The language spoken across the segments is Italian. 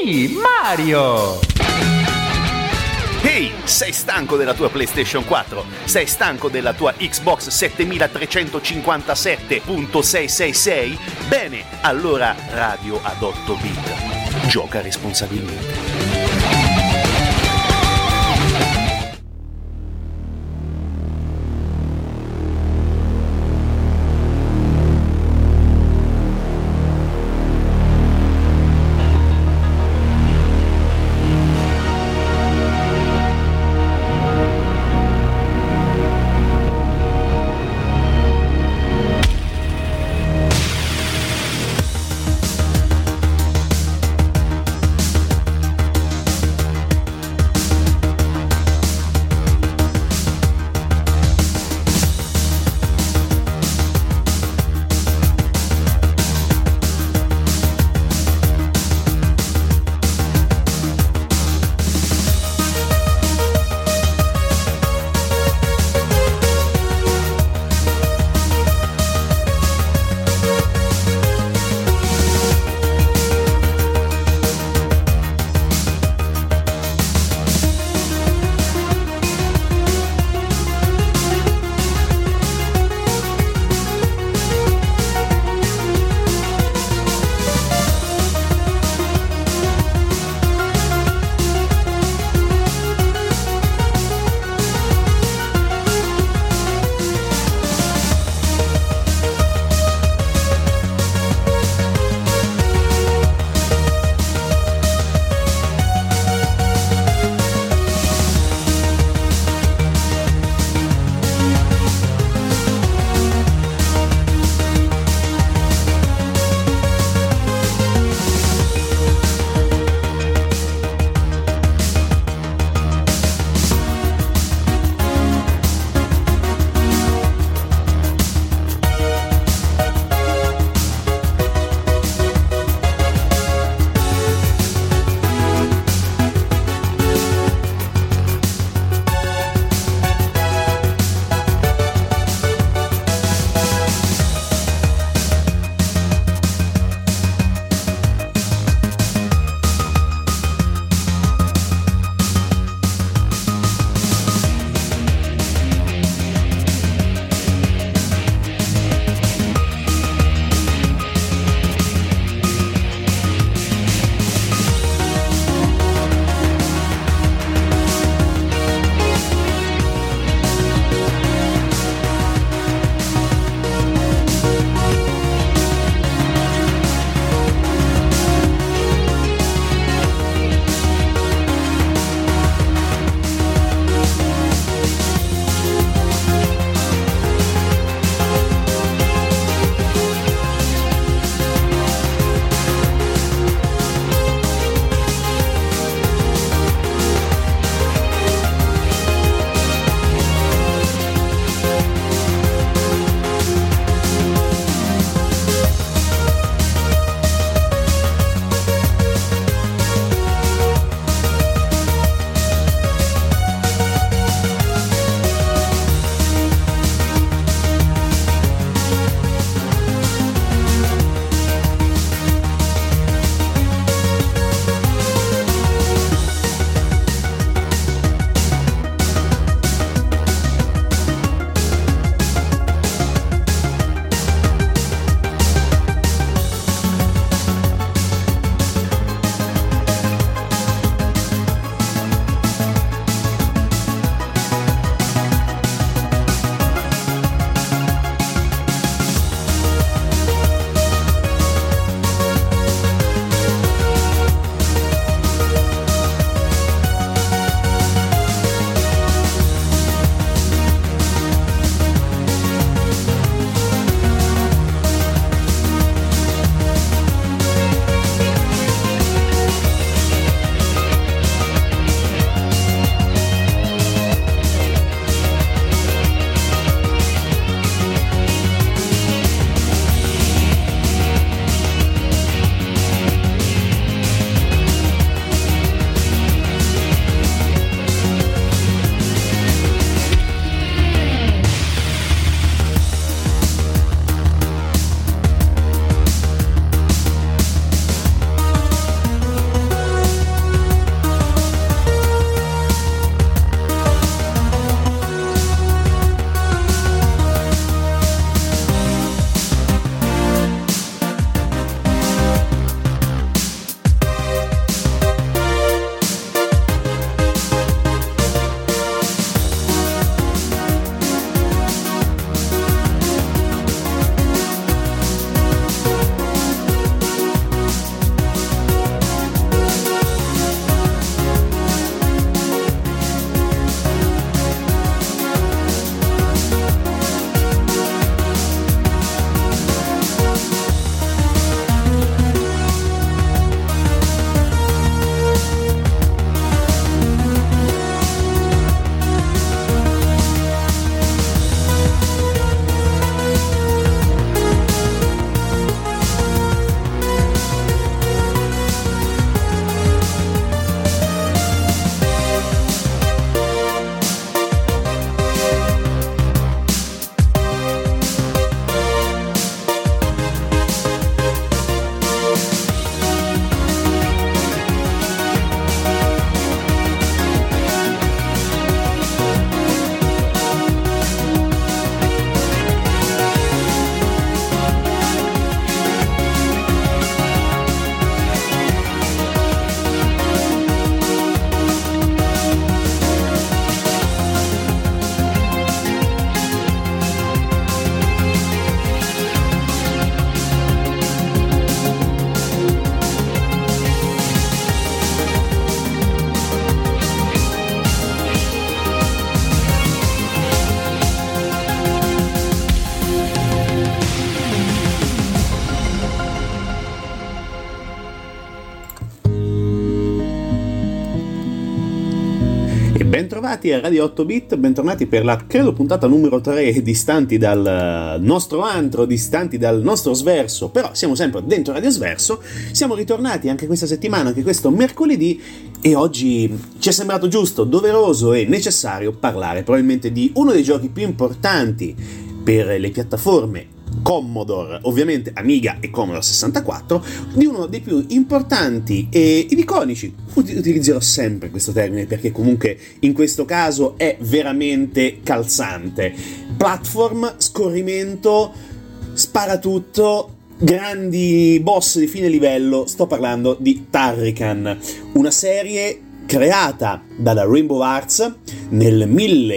Sì, Mario! Ehi, sei stanco della tua PlayStation 4? Sei stanco della tua Xbox 7357.666? Bene, allora Radio ad 8 bit. Gioca responsabilmente. Bentrovati a Radio 8 Bit, bentornati per la, credo, puntata numero 3, distanti dal nostro antro, distanti dal nostro Sverso, però siamo sempre dentro Radio Sverso, siamo ritornati anche questa settimana, anche questo mercoledì, e oggi ci è sembrato giusto, doveroso e necessario parlare probabilmente di uno dei giochi più importanti per le piattaforme Commodore, ovviamente Amiga e Commodore 64, di uno dei più importanti ed iconici. Utilizzerò sempre questo termine perché comunque in questo caso è veramente calzante. Platform, scorrimento, sparatutto, grandi boss di fine livello. Sto parlando di Turrican, una serie creata dalla Rainbow Arts nel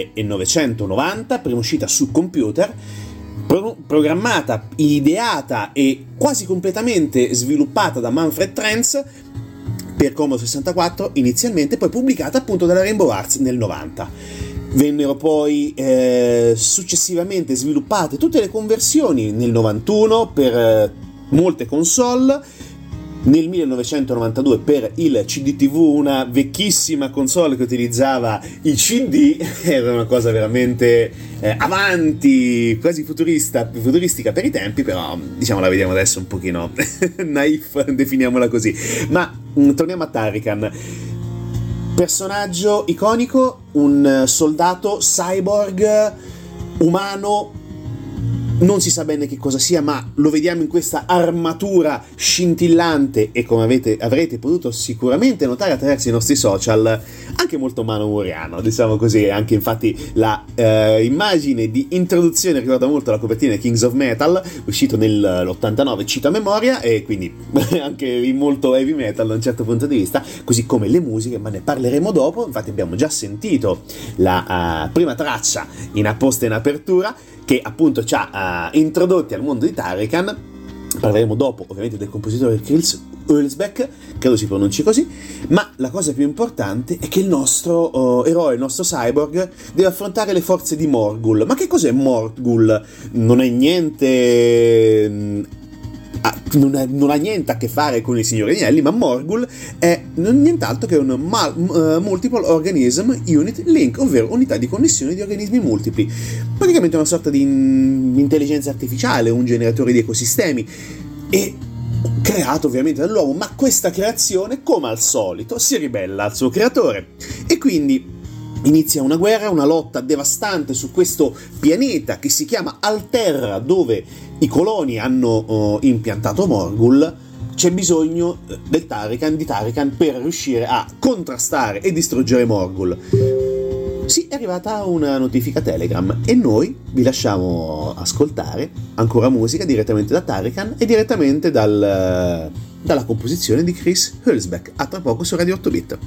1990, prima uscita su computer, programmata, ideata e quasi completamente sviluppata da Manfred Trenz per Commodore 64 inizialmente, poi pubblicata appunto dalla Rainbow Arts nel 90. Vennero poi successivamente sviluppate tutte le conversioni nel 91 per molte console, nel 1992 per il CDTV, una vecchissima console che utilizzava i CD, era una cosa veramente avanti, quasi futuristica per i tempi, però diciamo la vediamo adesso un pochino naif, definiamola così. Ma torniamo a Turrican. Personaggio iconico, un soldato cyborg umano, non si sa bene che cosa sia, ma lo vediamo in questa armatura scintillante e, come avrete potuto sicuramente notare attraverso i nostri social, anche molto manowariano, diciamo così. Anche infatti la immagine di introduzione ricorda molto la copertina di Kings of Metal, uscito nell'89, cito a memoria, e quindi anche molto heavy metal da un certo punto di vista, così come le musiche, ma ne parleremo dopo. Infatti abbiamo già sentito la prima traccia in apposta in apertura, che appunto ci ha introdotti al mondo di Turrican. Parleremo dopo ovviamente del compositore Chris Hülsbeck, credo si pronunci così, ma la cosa più importante è che il nostro eroe, il nostro cyborg, deve affrontare le forze di Morgul. Ma che cos'è Morgul? Non è niente... non ha niente a che fare con il Signore degli Anelli, ma Morgul è nient'altro che un Multiple Organism Unit Link, ovvero unità di connessione di organismi multipli, praticamente una sorta di intelligenza artificiale, un generatore di ecosistemi, e creato ovviamente dall'uomo. Ma questa creazione, come al solito, si ribella al suo creatore, e quindi inizia una guerra, una lotta devastante su questo pianeta che si chiama Alterra, dove i coloni hanno impiantato Morgul. C'è bisogno di Turrican per riuscire a contrastare e distruggere Morgul. Sì, è arrivata una notifica Telegram e noi vi lasciamo ascoltare ancora musica direttamente da Turrican e direttamente dalla composizione di Chris Hülsbeck. A tra poco su Radio 8 Bit.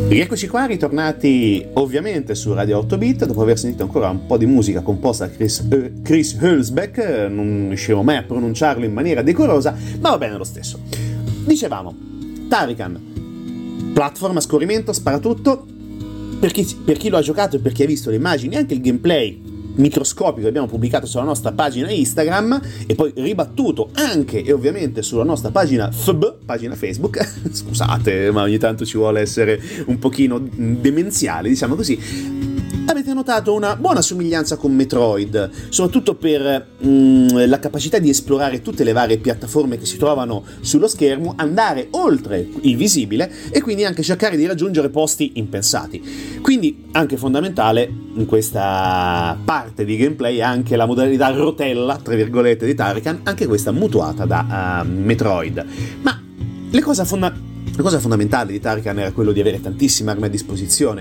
Rieccoci qua, ritornati ovviamente su Radio 8 Bit, dopo aver sentito ancora un po' di musica composta da Chris Hülsbeck. Non riuscivo mai a pronunciarlo in maniera decorosa, ma va bene lo stesso. Dicevamo, Turrican, platform a scorrimento, sparatutto. Per chi lo ha giocato e per chi ha visto le immagini, anche il gameplay microscopico che abbiamo pubblicato sulla nostra pagina Instagram e poi ribattuto anche e ovviamente sulla nostra pagina pagina Facebook. Scusate, ma ogni tanto ci vuole essere un pochino demenziale, diciamo così. Avete notato una buona somiglianza con Metroid, soprattutto per la capacità di esplorare tutte le varie piattaforme che si trovano sullo schermo, andare oltre il visibile e quindi anche cercare di raggiungere posti impensati. Quindi anche fondamentale in questa parte di gameplay anche la modalità rotella, tra virgolette, di Turrican, anche questa mutuata da Metroid. Ma la cosa fondamentale di Turrican era quello di avere tantissime armi a disposizione.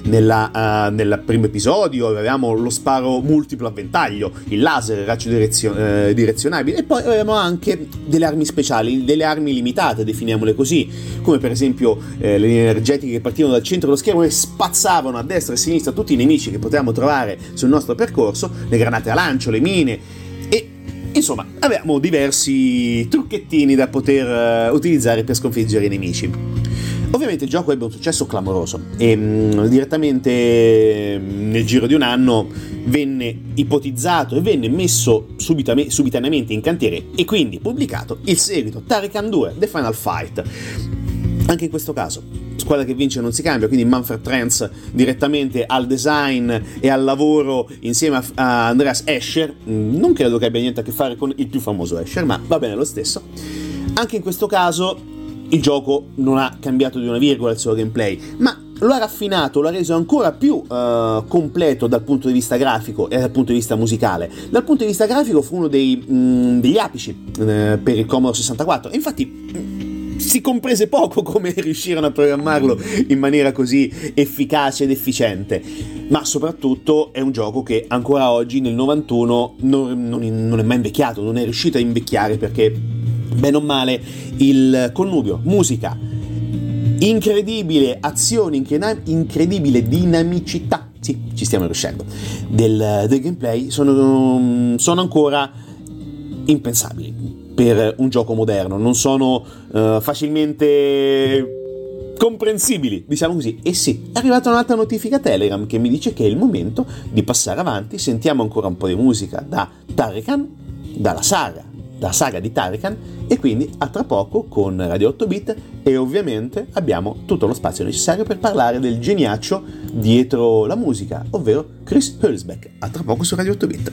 Nel primo episodio avevamo lo sparo multiplo a ventaglio, il laser, il raggio direzionabile, e poi avevamo anche delle armi speciali, delle armi limitate, definiamole così, come per esempio le linee energetiche che partivano dal centro dello schermo e spazzavano a destra e a sinistra tutti i nemici che potevamo trovare sul nostro percorso, le granate a lancio, le mine. Insomma, avevamo diversi trucchettini da poter utilizzare per sconfiggere i nemici. Ovviamente il gioco ebbe un successo clamoroso e direttamente nel giro di un anno venne ipotizzato e venne messo subitaneamente in cantiere e quindi pubblicato il seguito Turrican 2 The Final Fight. Anche in questo caso squadra che vince non si cambia, quindi Manfred Trenz direttamente al design e al lavoro insieme a Andreas Escher. Non credo che abbia niente a che fare con il più famoso Escher, ma va bene lo stesso. Anche in questo caso il gioco non ha cambiato di una virgola il suo gameplay, ma lo ha raffinato, lo ha reso ancora più completo dal punto di vista grafico e dal punto di vista musicale. Dal punto di vista grafico fu uno degli apici per il Commodore 64, e infatti si comprese poco come riuscirono a programmarlo in maniera così efficace ed efficiente, ma soprattutto è un gioco che ancora oggi nel 91 non è mai invecchiato, non è riuscito a invecchiare, perché bene o male il connubio musica, incredibile azione, incredibile dinamicità, sì, ci stiamo riuscendo, del gameplay sono ancora impensabili per un gioco moderno, non sono facilmente comprensibili, diciamo così. E sì, è arrivata un'altra notifica Telegram che mi dice che è il momento di passare avanti. Sentiamo ancora un po' di musica da Turrican, dalla saga di Turrican, e quindi a tra poco con Radio 8 Bit, e ovviamente abbiamo tutto lo spazio necessario per parlare del geniaccio dietro la musica, ovvero Chris Hülsbeck. A tra poco su Radio 8 Bit.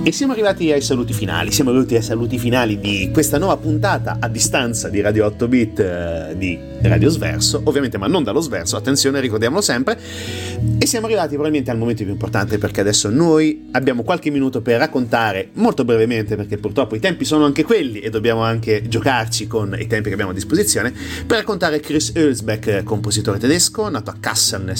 E siamo arrivati ai saluti finali di questa nuova puntata a distanza di Radio 8 Bit di Radio Sverso, ovviamente, ma non dallo Sverso, attenzione, ricordiamolo sempre. E siamo arrivati probabilmente al momento più importante, perché adesso noi abbiamo qualche minuto per raccontare molto brevemente, perché purtroppo i tempi sono anche quelli e dobbiamo anche giocarci con i tempi che abbiamo a disposizione, per raccontare Chris Hülsbeck, compositore tedesco, nato a Kassel nel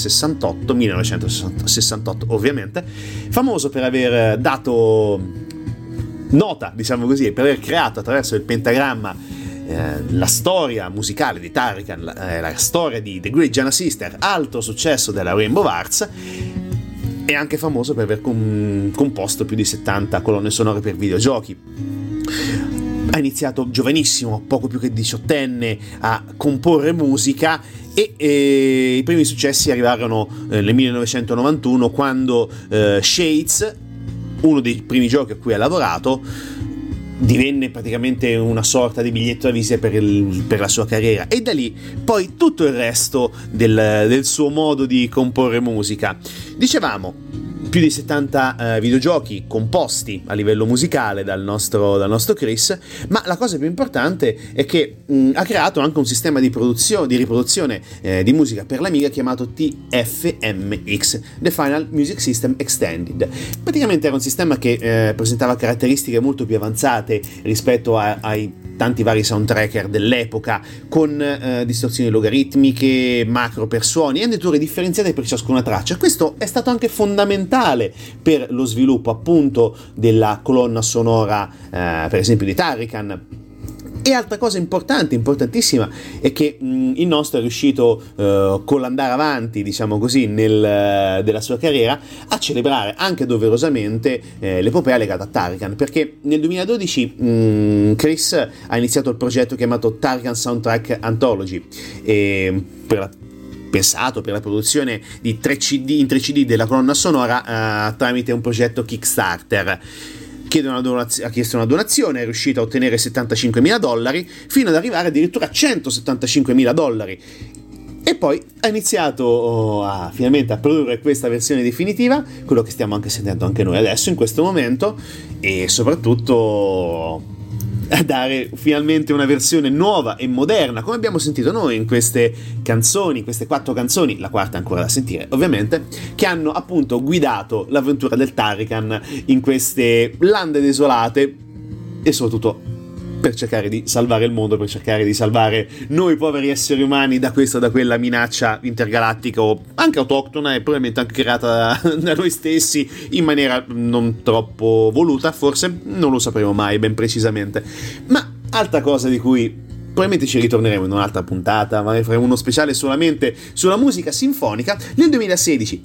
1968 ovviamente, famoso per aver dato nota, diciamo così, per aver creato attraverso il pentagramma la storia musicale di Tarikan, la storia di The Great Giana Sister, altro successo della Rainbow Arts. È anche famoso per aver composto più di 70 colonne sonore per videogiochi. Ha iniziato giovanissimo, poco più che diciottenne, a comporre musica e i primi successi arrivarono nel 1991, quando Shades, uno dei primi giochi a cui ha lavorato, divenne praticamente una sorta di biglietto da visita per la sua carriera, e da lì poi tutto il resto del suo modo di comporre musica. Dicevamo, più di 70 videogiochi composti a livello musicale dal nostro Chris, ma la cosa più importante è che ha creato anche un sistema di riproduzione di musica per l'Amiga chiamato TFMX, The Final Music System Extended. Praticamente era un sistema che presentava caratteristiche molto più avanzate rispetto ai tanti vari soundtracker dell'epoca, con distorsioni logaritmiche, macro per suoni e andature differenziate per ciascuna traccia. Questo è stato anche fondamentale per lo sviluppo appunto della colonna sonora, per esempio di Tarikan. E altra cosa importantissima, è che il nostro è riuscito, con l'andare avanti, diciamo così, della sua carriera, a celebrare anche doverosamente l'epopea legata a Tarikan, perché nel 2012 Chris ha iniziato il progetto chiamato Tarikan Soundtrack Anthology, pensato per la produzione di 3 CD in 3 CD della colonna sonora tramite un progetto Kickstarter. Ha chiesto una donazione, è riuscito a ottenere $75.000 fino ad arrivare addirittura a $175.000, e poi ha iniziato finalmente a produrre questa versione definitiva, quello che stiamo anche sentendo anche noi adesso in questo momento, e soprattutto a dare finalmente una versione nuova e moderna, come abbiamo sentito noi in queste canzoni, queste 4 canzoni, la quarta ancora da sentire ovviamente, che hanno appunto guidato l'avventura del Tarikan in queste lande desolate, e soprattutto per cercare di salvare il mondo, per cercare di salvare noi poveri esseri umani da questa o da quella minaccia intergalattica, o anche autoctona e probabilmente anche creata da noi stessi in maniera non troppo voluta, forse non lo sapremo mai ben precisamente. Ma altra cosa di cui probabilmente ci ritorneremo in un'altra puntata, ma faremo uno speciale solamente sulla musica sinfonica. Nel 2016,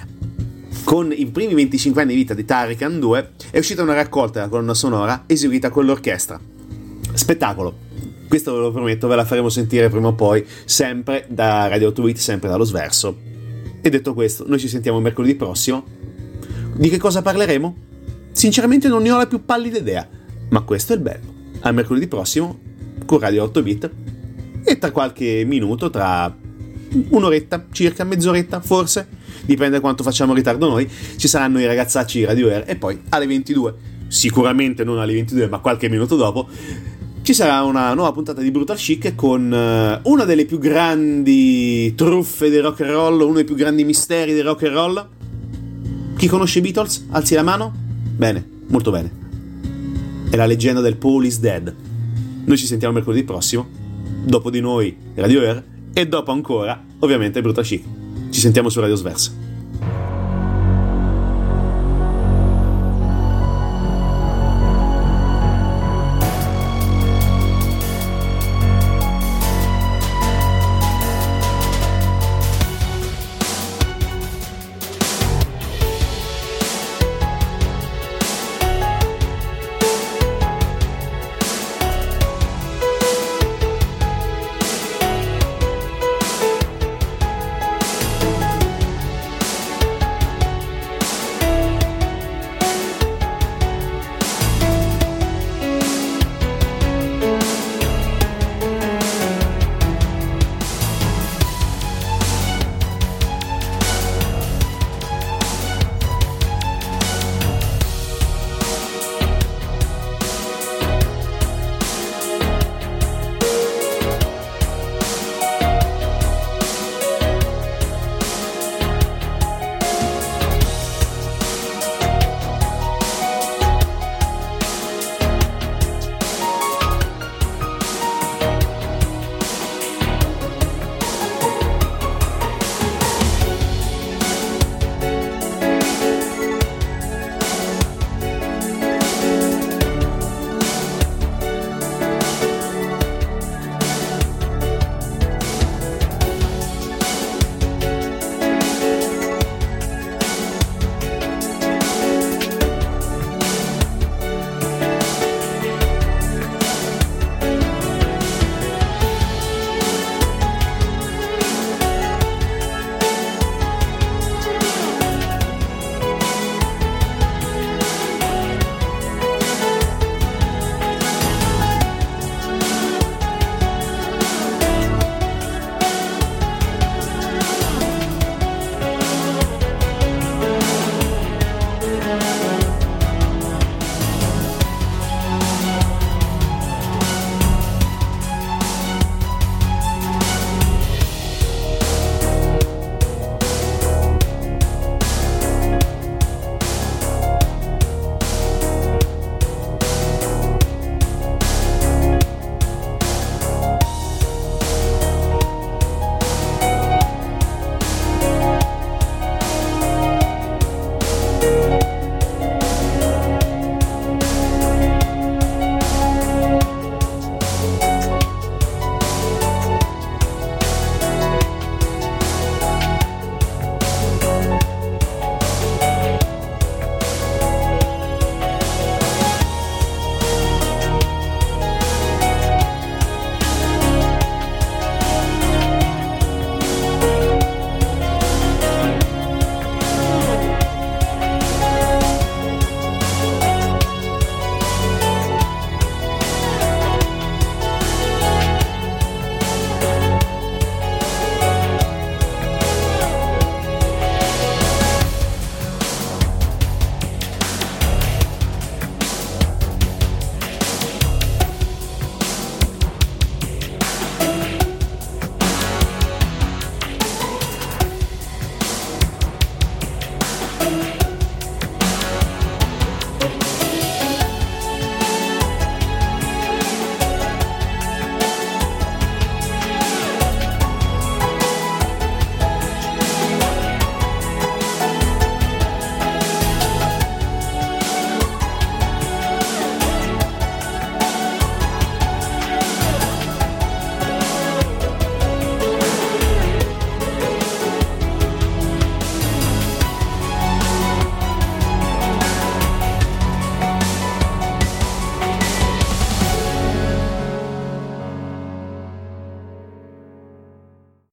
con i primi 25 anni di vita di Tarikan 2, è uscita una raccolta della colonna sonora eseguita con l'orchestra. Spettacolo, questo ve lo prometto, ve la faremo sentire prima o poi, sempre da Radio 8 Bit, sempre dallo Sverso. E detto questo, noi ci sentiamo mercoledì prossimo. Di che cosa parleremo? Sinceramente non ne ho la più pallida idea, ma questo è il bello. A mercoledì prossimo con Radio 8 Bit, e tra qualche minuto, tra un'oretta, circa mezz'oretta forse, dipende quanto facciamo ritardo noi, ci saranno i ragazzacci di Radio Air, e poi alle 22, sicuramente non alle 22 ma qualche minuto dopo, ci sarà una nuova puntata di Brutal Chic con una delle più grandi truffe del rock and roll, uno dei più grandi misteri del rock and roll. Chi conosce i Beatles? Alzi la mano? Bene, molto bene. È la leggenda del Paul is Dead. Noi ci sentiamo mercoledì prossimo, dopo di noi Radio Air, e dopo ancora ovviamente Brutal Chic. Ci sentiamo su Radio Sverso.